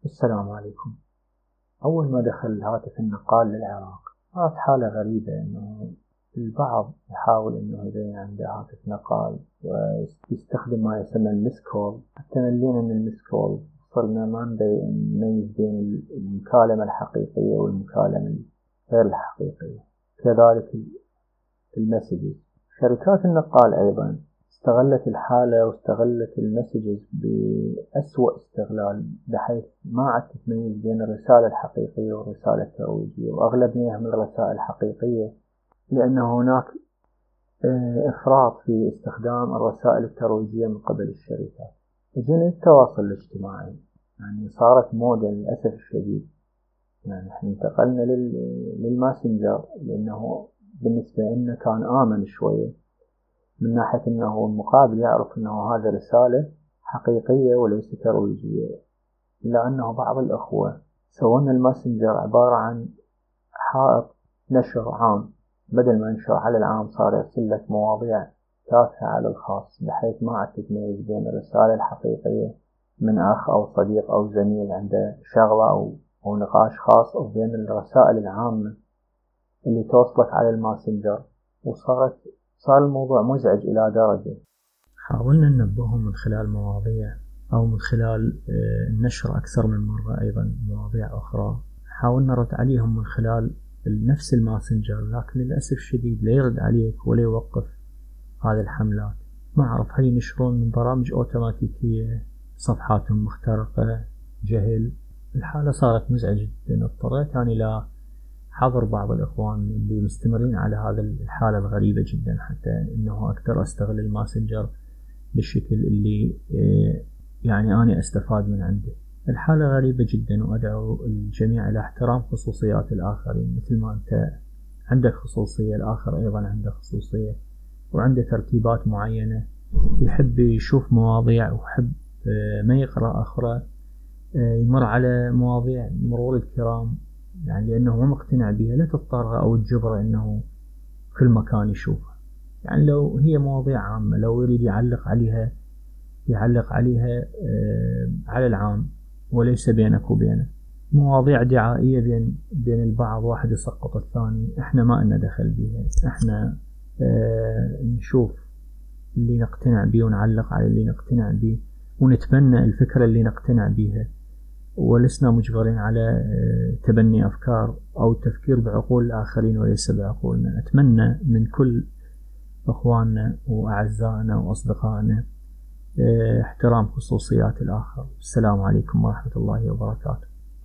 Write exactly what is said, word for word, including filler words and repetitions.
السلام عليكم. أول ما دخل هاتف النقال للعراق صارت حالة غريبة، إنه البعض يحاول إنه يبين عنده هاتف نقال ويستخدم ما يسمى المسكول، حتى ملينا من المسكول صرنا ما نميز بين المكالمة الحقيقية والمكالمة غير الحقيقية. كذلك المسجز، شركات النقال أيضا استغلت الحالة واستغلت المسجز بأسوأ استغلال، بحيث ما عاد تتميز بين الرسالة الحقيقية والرسالة الترويجية، وأغلبها من الرسائل الحقيقية، لأن هناك إفراط في استخدام الرسائل الترويجية من قبل الشركات. جينا التواصل الاجتماعي، يعني صارت موضة للأسف الشديد. يعني احنا انتقلنا للماسنجر لأنه بالنسبة لنا كان آمن شوية، من ناحية أنه المقابل يعرف أنه هذا رسالة حقيقية وليس ترويجية. إلا أنه بعض الأخوة سوون الماسنجر عبارة عن حائط نشر عام، بدل ما ينشر على العام صار يرسل لك مواضيع تافهة على الخاص، بحيث ما عاد تتميز بين الرسالة الحقيقية من أخ أو صديق أو زميل عنده شغلة أو, أو نقاش خاص، أو بين الرسائل العامة اللي توصلك على الماسنجر. وصارت صار الموضوع مزعج إلى درجة حاولنا ننبههم من خلال مواضيع أو من خلال النشر أكثر من مرة، أيضا مواضيع أخرى حاولنا نرد عليهم من خلال نفس الماسنجر، لكن للأسف الشديد لا يرد عليك ولا يوقف هذه الحملات. ما أعرف هل ينشرون من برامج أوتوماتيكية، صفحاتهم مخترقة، جهل. الحالة صارت مزعجة جدا، اضطريت أنا إلى حضر بعض الإخوان اللي مستمرين على هذا الحالة الغريبة جدا، حتى إنه أقدر أستغل الماسنجر بالشكل اللي يعني أنا أستفاد من عنده. الحالة غريبة جدا، وأدعو الجميع إلى احترام خصوصيات الآخرين. مثل ما أنت عندك خصوصية، الآخر أيضا عنده خصوصية وعنده ترتيبات معينة، يحب يشوف مواضيع ويحب ما يقرأ أخرى، يمر على مواضيع مرور الكرام، يعني لأنه ما مقتنع بها لا تضطر أو تجبره أنه كل مكان يشوفها. يعني لو هي مواضيع عامة لو يريد يعلق عليها يعلق عليها على العام وليس بينك وبينه. مواضيع دعائية بين بين البعض، واحد يسقط الثاني، احنا ما لنا دخل بها. احنا اه نشوف اللي نقتنع به ونعلق على اللي نقتنع به، ونتبنى الفكرة اللي نقتنع بها، ولسنا مجبرين على تبني أفكار أو التفكير بعقول الآخرين وليس بعقولنا. أتمنى من كل أخواننا وأعزائنا وأصدقائنا احترام خصوصيات الآخر. السلام عليكم ورحمة الله وبركاته.